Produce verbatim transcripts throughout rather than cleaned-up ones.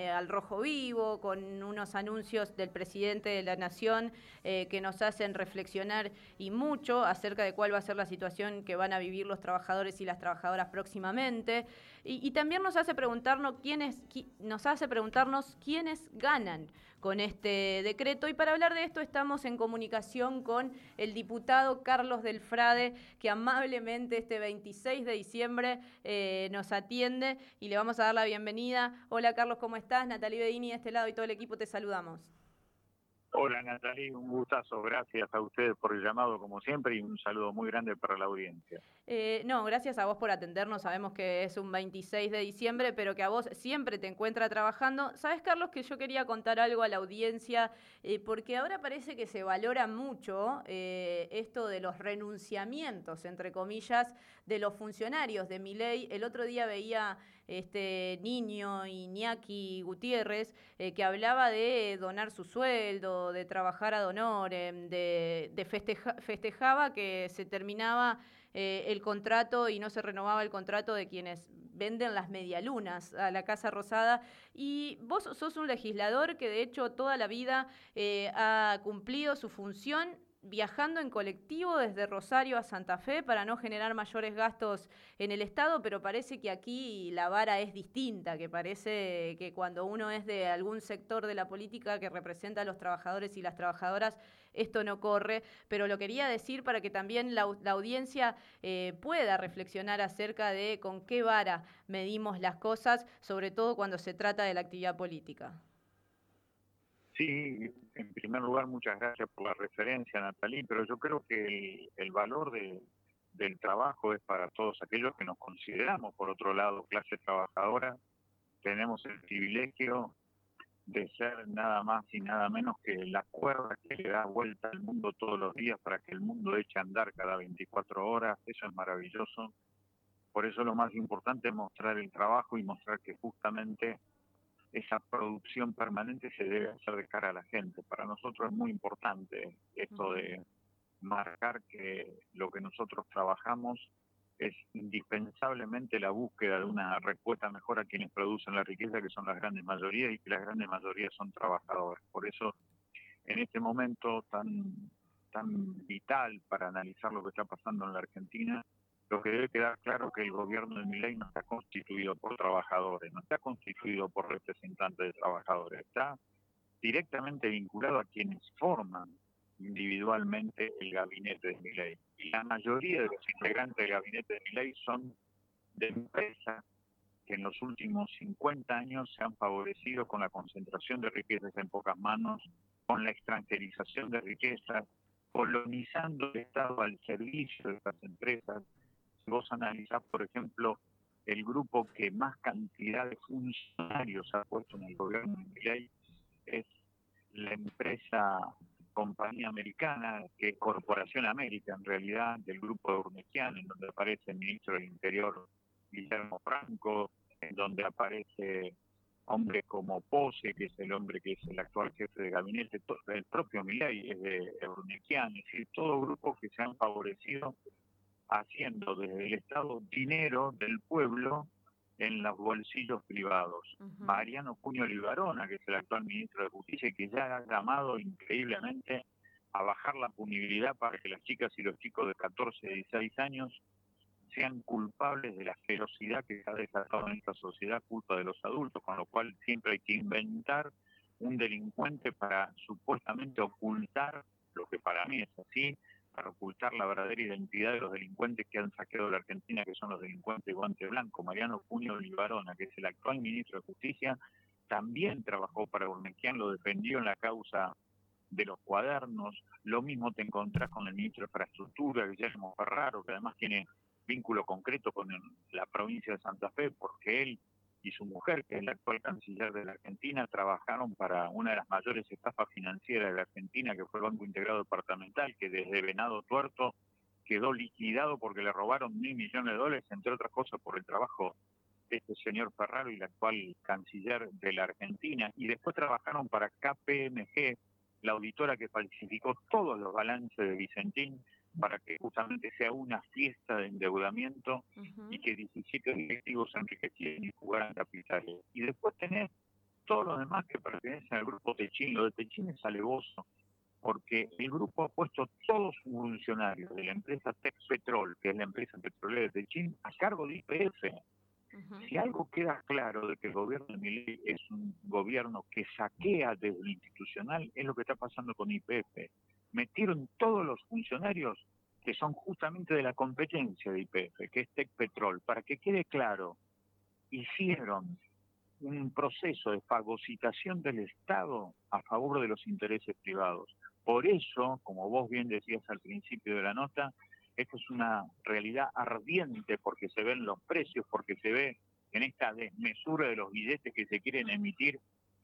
eh, al rojo vivo, con unos anuncios del presidente de la Nación eh, que nos hacen reflexionar y mucho acerca de cuál va a ser la situación que van a vivir los trabajadores y las trabajadoras próximamente. Y, y también nos hace preguntarnos quiénes, qui, nos hace preguntarnos quiénes ganan con este decreto. Y para hablar de esto estamos en comunicación con el diputado Carlos Delfrade, que amablemente este veintiséis de diciembre eh, nos atiende y le vamos a dar la bienvenida. Hola Carlos, ¿cómo estás? Natalie Bedini de este lado y todo el equipo te saludamos. Hola Natalie, un gustazo, gracias a ustedes por el llamado como siempre y un saludo muy grande para la audiencia. Eh, no, gracias a vos por atendernos, sabemos que es un veintiséis de diciembre, pero que a vos siempre te encuentra trabajando. ¿Sabés, Carlos, que yo quería contar algo a la audiencia? Eh, porque ahora parece que se valora mucho eh, esto de los renunciamientos, entre comillas, de los funcionarios de Milei. El otro día veía este niño Iñaki Gutiérrez eh, que hablaba de donar su sueldo, de trabajar ad honorem, de, de festeja, festejaba que se terminaba eh, el contrato y no se renovaba el contrato de quienes venden las medialunas a la Casa Rosada. Y vos sos un legislador que de hecho toda la vida eh, ha cumplido su función viajando en colectivo desde Rosario a Santa Fe para no generar mayores gastos en el Estado, pero parece que aquí la vara es distinta, que parece que cuando uno es de algún sector de la política que representa a los trabajadores y las trabajadoras, esto no corre, pero lo quería decir para que también la, la audiencia eh, pueda reflexionar acerca de con qué vara medimos las cosas, sobre todo cuando se trata de la actividad política. Sí, en primer lugar, muchas gracias por la referencia, Natalie, pero yo creo que el, el valor de, del trabajo es para todos aquellos que nos consideramos, por otro lado, clase trabajadora. Tenemos el privilegio de ser nada más y nada menos que la cuerda que le da vuelta al mundo todos los días para que el mundo eche a andar cada veinticuatro horas. Eso es maravilloso. Por eso lo más importante es mostrar el trabajo y mostrar que justamente esa producción permanente se debe hacer de cara a la gente. Para nosotros es muy importante esto de marcar que lo que nosotros trabajamos es indispensablemente la búsqueda de una respuesta mejor a quienes producen la riqueza, que son las grandes mayorías, y que las grandes mayorías son trabajadores. Por eso, en este momento tan, tan vital para analizar lo que está pasando en la Argentina, lo que debe quedar claro es que el gobierno de Milei no está constituido por trabajadores, no está constituido por representantes de trabajadores, está directamente vinculado a quienes forman individualmente el gabinete de Milei. Y la mayoría de los integrantes del gabinete de Milei son de empresas que en los últimos cincuenta años se han favorecido con la concentración de riquezas en pocas manos, con la extranjerización de riquezas, colonizando el Estado al servicio de estas empresas. Si vos analizás, por ejemplo, el grupo que más cantidad de funcionarios ha puesto en el gobierno de Milei es la empresa Compañía Americana, que es Corporación América, en realidad, del grupo de Urnequian, en donde aparece el ministro del Interior Guillermo Franco, en donde aparece hombres como Pose, que es el hombre que es el actual jefe de gabinete, el propio Milei es de Urnequian, es decir, todo grupo que se han favorecido haciendo desde el Estado dinero del pueblo en los bolsillos privados. Uh-huh. Mariano Puño Libarona, que es el actual ministro de Justicia, que ya ha llamado increíblemente a bajar la punibilidad para que las chicas y los chicos de catorce, dieciséis años sean culpables de la ferocidad que se ha desatado en esta sociedad culpa de los adultos, con lo cual siempre hay que inventar un delincuente para supuestamente ocultar lo que para mí es así, para ocultar la verdadera identidad de los delincuentes que han saqueado la Argentina, que son los delincuentes de guante blanco. Mariano Puño Libarona, que es el actual ministro de Justicia, también trabajó para Urnequian, lo defendió en la causa de los cuadernos. Lo mismo te encontrás con el ministro de Infraestructura, Guillermo Ferraro, que además tiene vínculo concreto con el, la provincia de Santa Fe, porque él y su mujer, que es la actual canciller de la Argentina, trabajaron para una de las mayores estafas financieras de la Argentina, que fue el Banco Integrado Departamental, que desde Venado Tuerto quedó liquidado porque le robaron mil millones de dólares, entre otras cosas por el trabajo de este señor Ferraro y la actual canciller de la Argentina. Y después trabajaron para K P M G, la auditora que falsificó todos los balances de Vicentín, para que justamente sea una fiesta de endeudamiento uh-huh. y que diecisiete directivos se enriquecieran y jugaran capitales. Y después tenés todos los demás que pertenecen al grupo Techín. Lo de Techín es alevoso, porque el grupo ha puesto todos sus funcionarios de la empresa Texpetrol, que es la empresa petrolera de Techín, a cargo de Y P F. Uh-huh. Si algo queda claro de que el gobierno de Milei es un gobierno que saquea desde lo institucional, es lo que está pasando con Y P F. Metieron todos los funcionarios que son justamente de la competencia de Y P F, que es Texpetrol. Para que quede claro, hicieron un proceso de fagocitación del Estado a favor de los intereses privados. Por eso, como vos bien decías al principio de la nota, esto es una realidad ardiente porque se ven los precios, porque se ve en esta desmesura de los billetes que se quieren emitir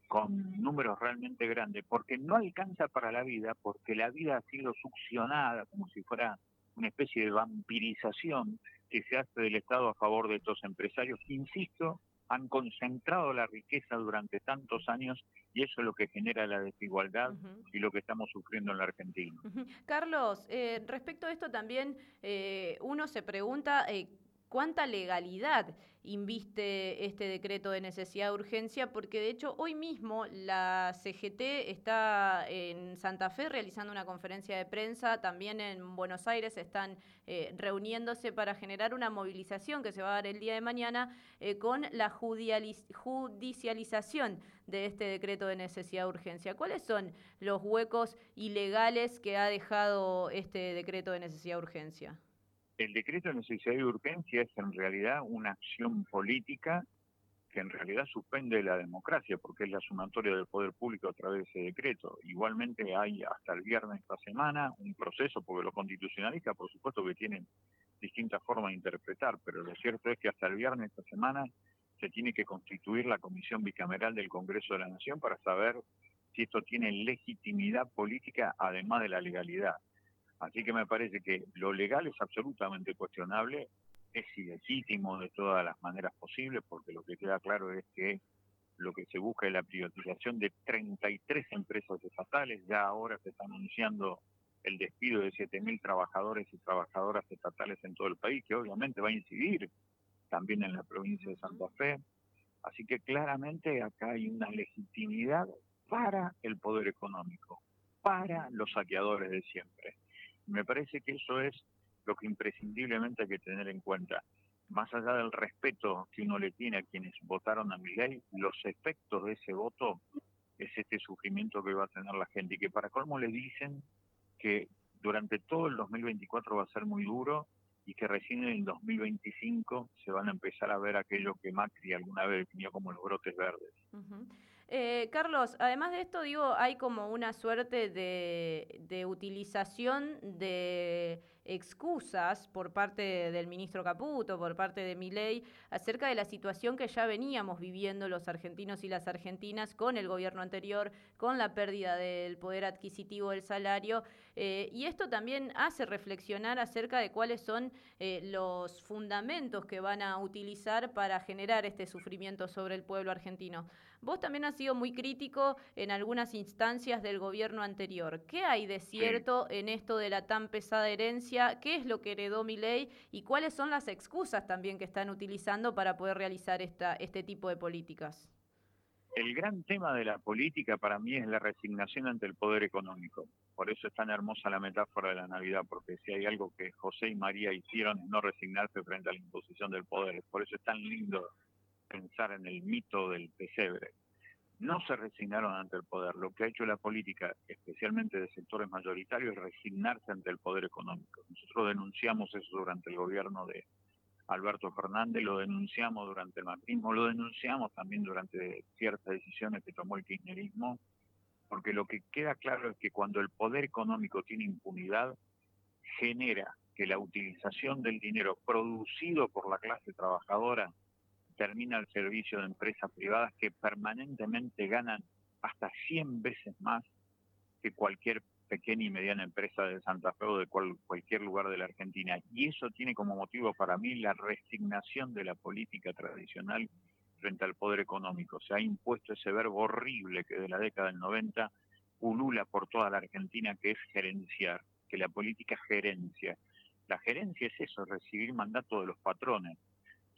con números realmente grandes, porque no alcanza para la vida, porque la vida ha sido succionada como si fuera una especie de vampirización que se hace del Estado a favor de estos empresarios. Insisto, han concentrado la riqueza durante tantos años y eso es lo que genera la desigualdad uh-huh. y lo que estamos sufriendo en la Argentina. Uh-huh. Carlos, eh, respecto a esto también eh, uno se pregunta eh, cuánta legalidad inviste este decreto de necesidad de urgencia, porque de hecho hoy mismo la C G T está en Santa Fe realizando una conferencia de prensa, también en Buenos Aires están eh, reuniéndose para generar una movilización que se va a dar el día de mañana eh, con la judicializ- judicialización de este decreto de necesidad de urgencia. ¿Cuáles son los huecos ilegales que ha dejado este decreto de necesidad de urgencia? El decreto de necesidad de urgencia es en realidad una acción política que en realidad suspende la democracia, porque es la sumatoria del poder público a través de ese decreto. Igualmente hay hasta el viernes de esta semana un proceso, porque los constitucionalistas por supuesto que tienen distintas formas de interpretar, pero lo cierto es que hasta el viernes de esta semana se tiene que constituir la Comisión Bicameral del Congreso de la Nación para saber si esto tiene legitimidad política además de la legalidad. Así que me parece que lo legal es absolutamente cuestionable, es ilegítimo de todas las maneras posibles, porque lo que queda claro es que lo que se busca es la privatización de treinta y tres empresas estatales. Ya ahora se está anunciando el despido de siete mil trabajadores y trabajadoras estatales en todo el país, que obviamente va a incidir también en la provincia de Santa Fe. Así que claramente acá hay una legitimidad para el poder económico, para los saqueadores de siempre. Me parece que eso es lo que imprescindiblemente hay que tener en cuenta. Más allá del respeto que uno le tiene a quienes votaron a Milei, los efectos de ese voto es este sufrimiento que va a tener la gente. Y que para colmo le dicen que durante todo el dos mil veinticuatro va a ser muy duro y que recién en el dos mil veinticinco se van a empezar a ver aquello que Macri alguna vez definió como los brotes verdes. Uh-huh. Eh, Carlos, además de esto, digo, hay como una suerte de, de utilización de excusas por parte del ministro Caputo, por parte de Milei, acerca de la situación que ya veníamos viviendo los argentinos y las argentinas con el gobierno anterior, con la pérdida del poder adquisitivo del salario, eh, y esto también hace reflexionar acerca de cuáles son eh, los fundamentos que van a utilizar para generar este sufrimiento sobre el pueblo argentino. Vos también has sido muy crítico en algunas instancias del gobierno anterior. ¿Qué hay de cierto sí. en esto de la tan pesada herencia? ¿Qué es lo que heredó Milei? ¿Y cuáles son las excusas también que están utilizando para poder realizar esta, este tipo de políticas? El gran tema de la política para mí es la resignación ante el poder económico. Por eso es tan hermosa la metáfora de la Navidad, porque si hay algo que José y María hicieron es no resignarse frente a la imposición del poder. Por eso es tan lindo pensar en el mito del pesebre. No se resignaron ante el poder. Lo que ha hecho la política, especialmente de sectores mayoritarios, es resignarse ante el poder económico. Nosotros denunciamos eso durante el gobierno de Alberto Fernández, lo denunciamos durante el macrismo, lo denunciamos también durante ciertas decisiones que tomó el kirchnerismo, porque lo que queda claro es que cuando el poder económico tiene impunidad, genera que la utilización del dinero producido por la clase trabajadora termina al servicio de empresas privadas que permanentemente ganan hasta cien veces más que cualquier pequeña y mediana empresa de Santa Fe o de cual, cualquier lugar de la Argentina. Y eso tiene como motivo para mí la resignación de la política tradicional frente al poder económico. Se ha impuesto ese verbo horrible que de la década del noventa pulula por toda la Argentina, que es gerenciar, que la política gerencia. La gerencia es eso, recibir mandato de los patrones.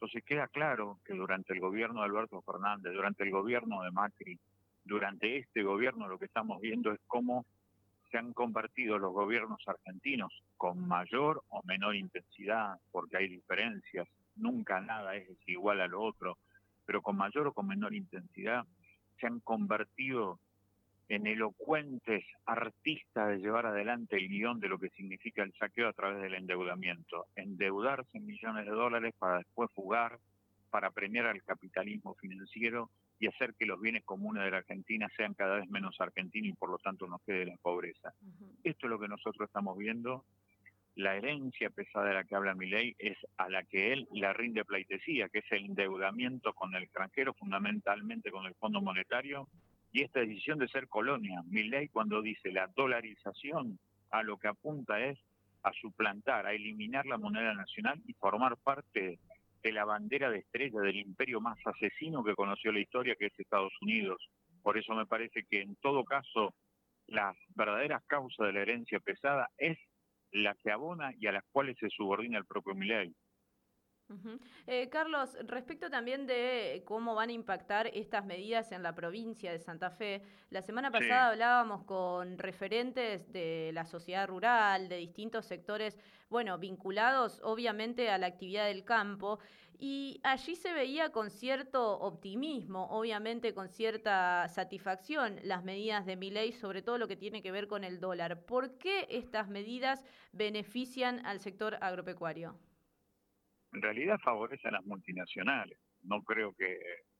Entonces queda claro que durante el gobierno de Alberto Fernández, durante el gobierno de Macri, durante este gobierno lo que estamos viendo es cómo se han convertido los gobiernos argentinos con mayor o menor intensidad, porque hay diferencias, nunca nada es igual a lo otro, pero con mayor o con menor intensidad se han convertido en elocuentes artistas de llevar adelante el guión de lo que significa el saqueo a través del endeudamiento. Endeudarse en millones de dólares para después fugar, para premiar al capitalismo financiero y hacer que los bienes comunes de la Argentina sean cada vez menos argentinos y por lo tanto nos quede la pobreza. Uh-huh. Esto es lo que nosotros estamos viendo. La herencia pesada de la que habla Milei es a la que él la rinde pleitesía, que es el endeudamiento con el extranjero, fundamentalmente con el Fondo Monetario, y esta decisión de ser colonia. Milei, cuando dice la dolarización, a lo que apunta es a suplantar, a eliminar la moneda nacional y formar parte de la bandera de estrella del imperio más asesino que conoció la historia, que es Estados Unidos. Por eso me parece que en todo caso las verdaderas causas de la herencia pesada es la que abona y a las cuales se subordina el propio Milei. Uh-huh. eh, Carlos, respecto también de cómo van a impactar estas medidas en la provincia de Santa Fe, la semana pasada sí. hablábamos con referentes de la sociedad rural, de distintos sectores, bueno, vinculados obviamente a la actividad del campo, y allí se veía con cierto optimismo, obviamente con cierta satisfacción, las medidas de Milei, sobre todo lo que tiene que ver con el dólar. ¿Por qué estas medidas benefician al sector agropecuario? En realidad favorece a las multinacionales. No creo que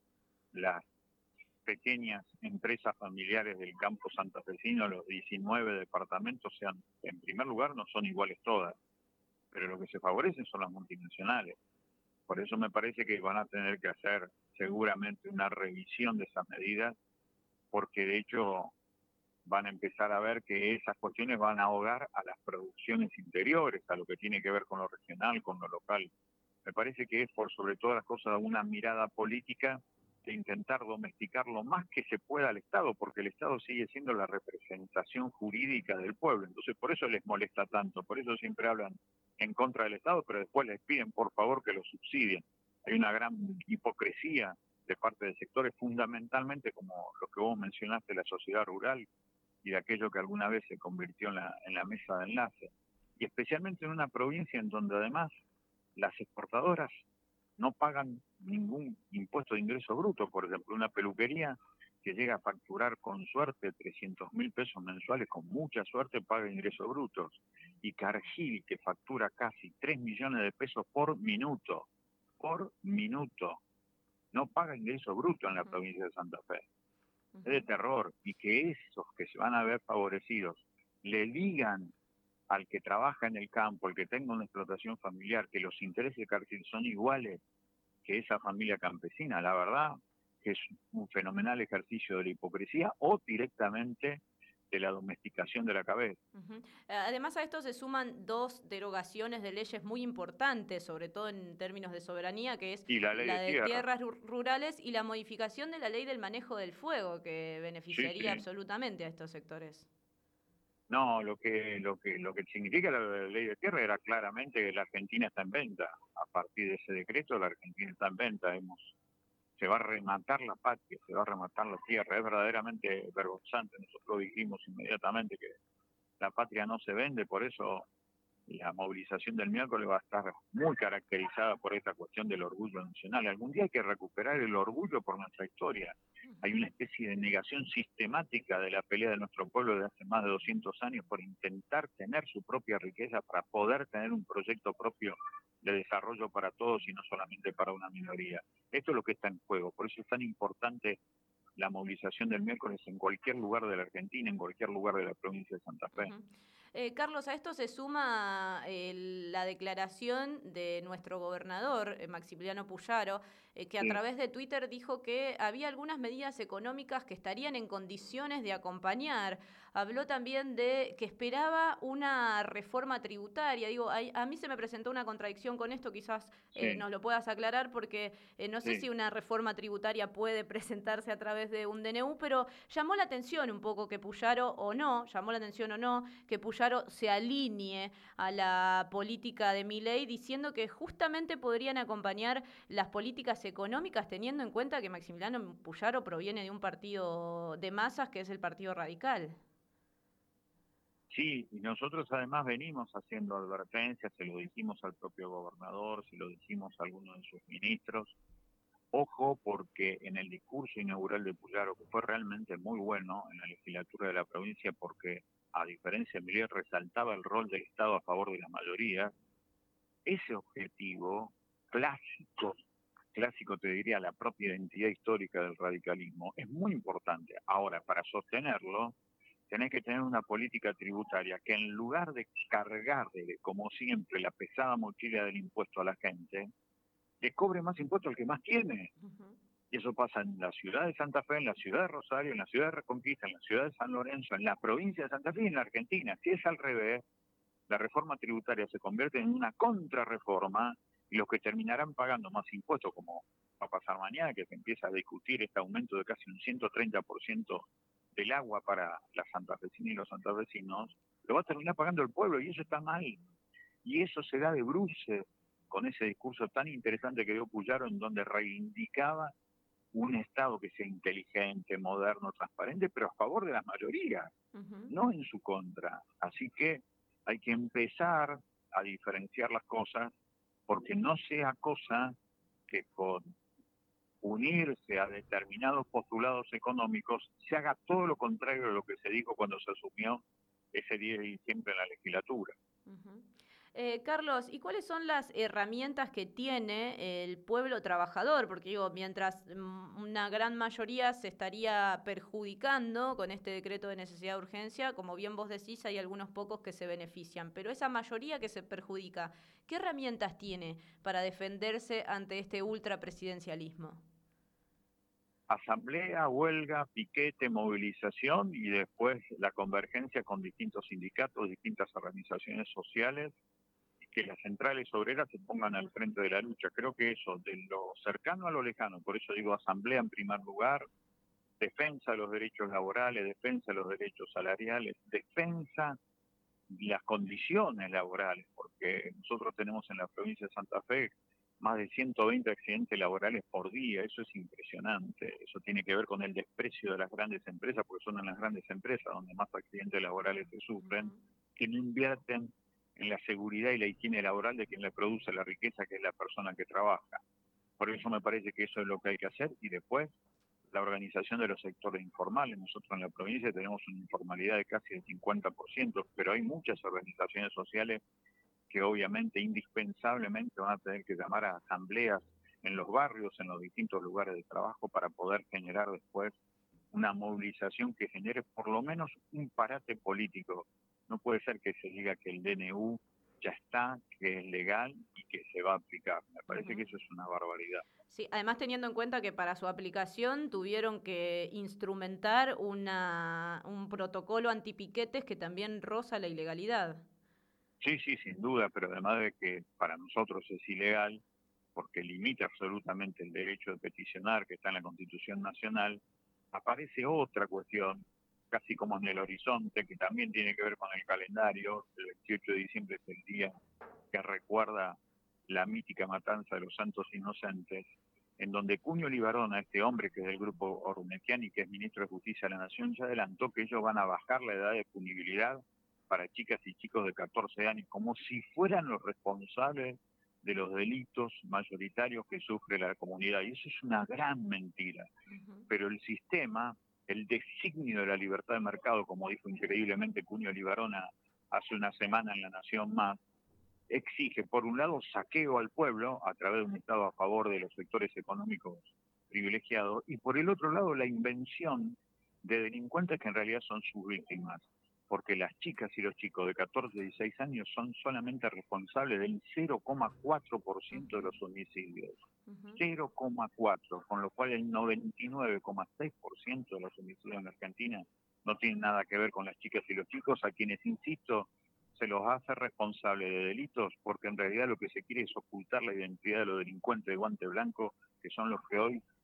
las pequeñas empresas familiares del campo santafesino, los diecinueve departamentos, sean, en primer lugar, no son iguales todas, pero lo que se favorecen son las multinacionales. Por eso me parece que van a tener que hacer seguramente una revisión de esas medidas, porque de hecho van a empezar a ver que esas cuestiones van a ahogar a las producciones interiores, a lo que tiene que ver con lo regional, con lo local. Me parece que es por sobre todas las cosas una mirada política de intentar domesticar lo más que se pueda al Estado, porque el Estado sigue siendo la representación jurídica del pueblo. Entonces por eso les molesta tanto, por eso siempre hablan en contra del Estado, pero después les piden por favor que lo subsidien. Hay una gran hipocresía de parte de sectores, fundamentalmente como lo que vos mencionaste, la sociedad rural y de aquello que alguna vez se convirtió en la, en la mesa de enlace. Y especialmente en una provincia en donde además las exportadoras no pagan ningún impuesto de ingreso bruto. Por ejemplo, una peluquería que llega a facturar con suerte trescientos mil pesos mensuales, con mucha suerte paga ingresos brutos. Y Cargill, que factura casi tres millones de pesos por minuto, por minuto, no paga ingreso bruto en la provincia de Santa Fe. Es de terror. Y que esos que se van a ver favorecidos le digan al que trabaja en el campo, al que tenga una explotación familiar, que los intereses de Cargill son iguales que esa familia campesina, la verdad que es un fenomenal ejercicio de la hipocresía o directamente de la domesticación de la cabeza. Uh-huh. Además a esto se suman dos derogaciones de leyes muy importantes, sobre todo en términos de soberanía, que es y la, ley la de, de tierra. tierras rurales y la modificación de la ley del manejo del fuego, que beneficiaría sí, sí. absolutamente a estos sectores. No, lo que lo que lo que significa la ley de tierra era claramente que la Argentina está en venta. A partir de ese decreto, la Argentina está en venta. Hemos, se va a rematar la patria, se va a rematar la tierra. Es verdaderamente vergonzante. Nosotros dijimos inmediatamente que la patria no se vende, por eso la movilización del miércoles va a estar muy caracterizada por esta cuestión del orgullo nacional. Algún día hay que recuperar el orgullo por nuestra historia. Hay una especie de negación sistemática de la pelea de nuestro pueblo desde hace más de doscientos años por intentar tener su propia riqueza para poder tener un proyecto propio de desarrollo para todos y no solamente para una minoría. Esto es lo que está en juego. Por eso es tan importante la movilización del miércoles en cualquier lugar de la Argentina, en cualquier lugar de la provincia de Santa Fe. Uh-huh. Eh, Carlos, a esto se suma eh, la declaración de nuestro gobernador, eh, Maximiliano Puyaro, eh, que a sí. través de Twitter dijo que había algunas medidas económicas que estarían en condiciones de acompañar. Habló también de que esperaba una reforma tributaria. Digo, a, a mí se me presentó una contradicción con esto, quizás eh, sí. nos lo puedas aclarar, porque eh, no sé sí. si una reforma tributaria puede presentarse a través de un D N U, pero llamó la atención un poco que Puyaro o no, llamó la atención o no, que Puyaro Puyaro se alinee a la política de Milei, diciendo que justamente podrían acompañar las políticas económicas, teniendo en cuenta que Maximiliano Puyaro proviene de un partido de masas que es el Partido Radical. Sí, y nosotros además venimos haciendo advertencias, se lo dijimos al propio gobernador, se lo dijimos a algunos de sus ministros. Ojo, porque en el discurso inaugural de Puyaro, que fue realmente muy bueno en la legislatura de la provincia, porque a diferencia de Milei resaltaba el rol del Estado a favor de la mayoría, ese objetivo clásico, clásico te diría la propia identidad histórica del radicalismo, es muy importante. Ahora, para sostenerlo, tenés que tener una política tributaria que en lugar de cargarle, como siempre, la pesada mochila del impuesto a la gente, le cobre más impuestos al que más tiene. Uh-huh. Y eso pasa en la ciudad de Santa Fe, en la ciudad de Rosario, en la ciudad de Reconquista, en la ciudad de San Lorenzo, en la provincia de Santa Fe y en la Argentina. Si es al revés, la reforma tributaria se convierte en una contrarreforma y los que terminarán pagando más impuestos, como va a pasar mañana, que se empieza a discutir este aumento de casi un ciento treinta por ciento del agua para las santafesinas y los santafesinos, lo va a terminar pagando el pueblo y eso está mal. Y eso se da de bruces con ese discurso tan interesante que dio Puyaro, en donde reivindicaba un Estado que sea inteligente, moderno, transparente, pero a favor de las mayorías, uh-huh. no en su contra. Así que hay que empezar a diferenciar las cosas, porque no sea cosa que con unirse a determinados postulados económicos se haga todo lo contrario de lo que se dijo cuando se asumió ese diez de diciembre en la legislatura. Uh-huh. Eh, Carlos, ¿y cuáles son las herramientas que tiene el pueblo trabajador? Porque digo, mientras una gran mayoría se estaría perjudicando con este decreto de necesidad de urgencia, como bien vos decís, hay algunos pocos que se benefician, pero esa mayoría que se perjudica, ¿qué herramientas tiene para defenderse ante este ultrapresidencialismo? Asamblea, huelga, piquete, movilización y después la convergencia con distintos sindicatos, distintas organizaciones sociales, y que las centrales obreras se pongan al frente de la lucha. Creo que eso, de lo cercano a lo lejano, por eso digo asamblea en primer lugar, defensa de los derechos laborales, defensa de los derechos salariales, defensa de las condiciones laborales, porque nosotros tenemos en la provincia de Santa Fe más de ciento veinte accidentes laborales por día, eso es impresionante, eso tiene que ver con el desprecio de las grandes empresas, porque son en las grandes empresas donde más accidentes laborales se sufren, que no invierten en la seguridad y la higiene laboral de quien le produce la riqueza, que es la persona que trabaja. Por eso me parece que eso es lo que hay que hacer, y después la organización de los sectores informales. Nosotros en la provincia tenemos una informalidad de casi el cincuenta por ciento, pero hay muchas organizaciones sociales que obviamente indispensablemente van a tener que llamar a asambleas en los barrios, en los distintos lugares de trabajo, para poder generar después una movilización que genere por lo menos un parate político. No puede ser que se diga que el D N U ya está, que es legal y que se va a aplicar. Me parece uh-huh. que eso es una barbaridad. Sí, además teniendo en cuenta que para su aplicación tuvieron que instrumentar una, un protocolo antipiquetes que también roza la ilegalidad. Sí, sí, sin duda, pero además de que para nosotros es ilegal, porque limita absolutamente el derecho de peticionar que está en la Constitución Nacional, aparece otra cuestión, casi como en el horizonte, que también tiene que ver con el calendario. El veintiocho de diciembre es el día que recuerda la mítica matanza de los santos inocentes, en donde Cuño Libarona, este hombre que es del grupo Ornetiani, que es ministro de Justicia de la Nación, ya adelantó que ellos van a bajar la edad de punibilidad para chicas y chicos de catorce años, como si fueran los responsables de los delitos mayoritarios que sufre la comunidad. Y eso es una gran mentira. Uh-huh. Pero el sistema, el designio de la libertad de mercado, como dijo increíblemente Cuño Libarona hace una semana en La Nación Más, exige, por un lado, saqueo al pueblo a través de un Estado a favor de los sectores económicos privilegiados, y por el otro lado, la invención de delincuentes que en realidad son sus víctimas, porque las chicas y los chicos de catorce y dieciséis años son solamente responsables del cero coma cuatro por ciento de los homicidios. Uh-huh. cero coma cuatro, con lo cual el noventa y nueve coma seis por ciento de los homicidios en la Argentina no tienen nada que ver con las chicas y los chicos, a quienes, insisto, se los hace responsables de delitos, porque en realidad lo que se quiere es ocultar la identidad de los delincuentes de guante blanco, que son los que hoy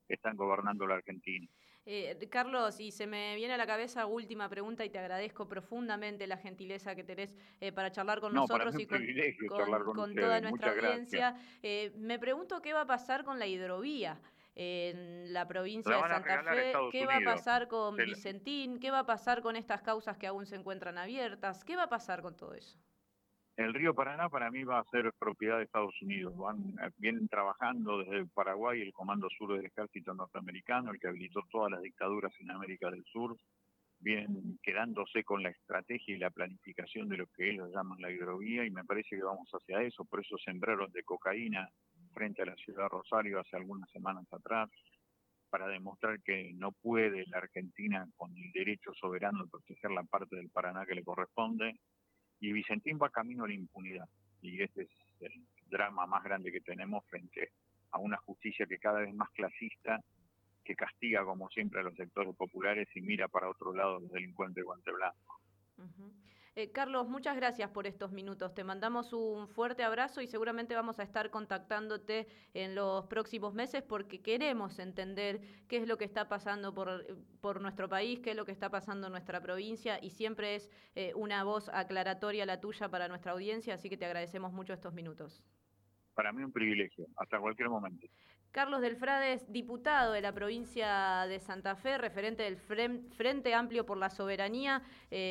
están gobernando la Argentina. Eh, Carlos, y se me viene a la cabeza última pregunta y te agradezco profundamente la gentileza que tenés eh, para charlar con No, para nosotros mí es y un con, privilegio charlar con, con con toda ustedes. nuestra Muchas gracias. audiencia. Eh, me pregunto qué va a pasar con la hidrovía en la provincia La de van a Santa regalar a Fe, Estados qué va a Unidos. pasar con Se la- Vicentín, qué va a pasar con estas causas que aún se encuentran abiertas, qué va a pasar con todo eso. El río Paraná para mí va a ser propiedad de Estados Unidos. Van, vienen trabajando desde Paraguay el Comando Sur del Ejército Norteamericano, el que habilitó todas las dictaduras en América del Sur. Vienen quedándose con la estrategia y la planificación de lo que ellos llaman la hidrovía y me parece que vamos hacia eso. Por eso sembraron de cocaína frente a la ciudad de Rosario hace algunas semanas atrás, para demostrar que no puede la Argentina con el derecho soberano de proteger la parte del Paraná que le corresponde. Y Vicentín va camino a la impunidad. Y este es el drama más grande que tenemos frente a una justicia que cada vez más clasista, que castiga como siempre a los sectores populares y mira para otro lado los delincuentes de guante blanco. Uh-huh. eh, Carlos, muchas gracias por estos minutos. Te mandamos un fuerte abrazo y seguramente vamos a estar contactándote en los próximos meses porque queremos entender qué es lo que está pasando por, por nuestro país, qué es lo que está pasando en nuestra provincia y siempre es eh, una voz aclaratoria la tuya para nuestra audiencia, así que te agradecemos mucho estos minutos. Para mí un privilegio, hasta cualquier momento. Carlos Delfrade es diputado de la provincia de Santa Fe, referente del Frente Amplio por la Soberanía. Eh,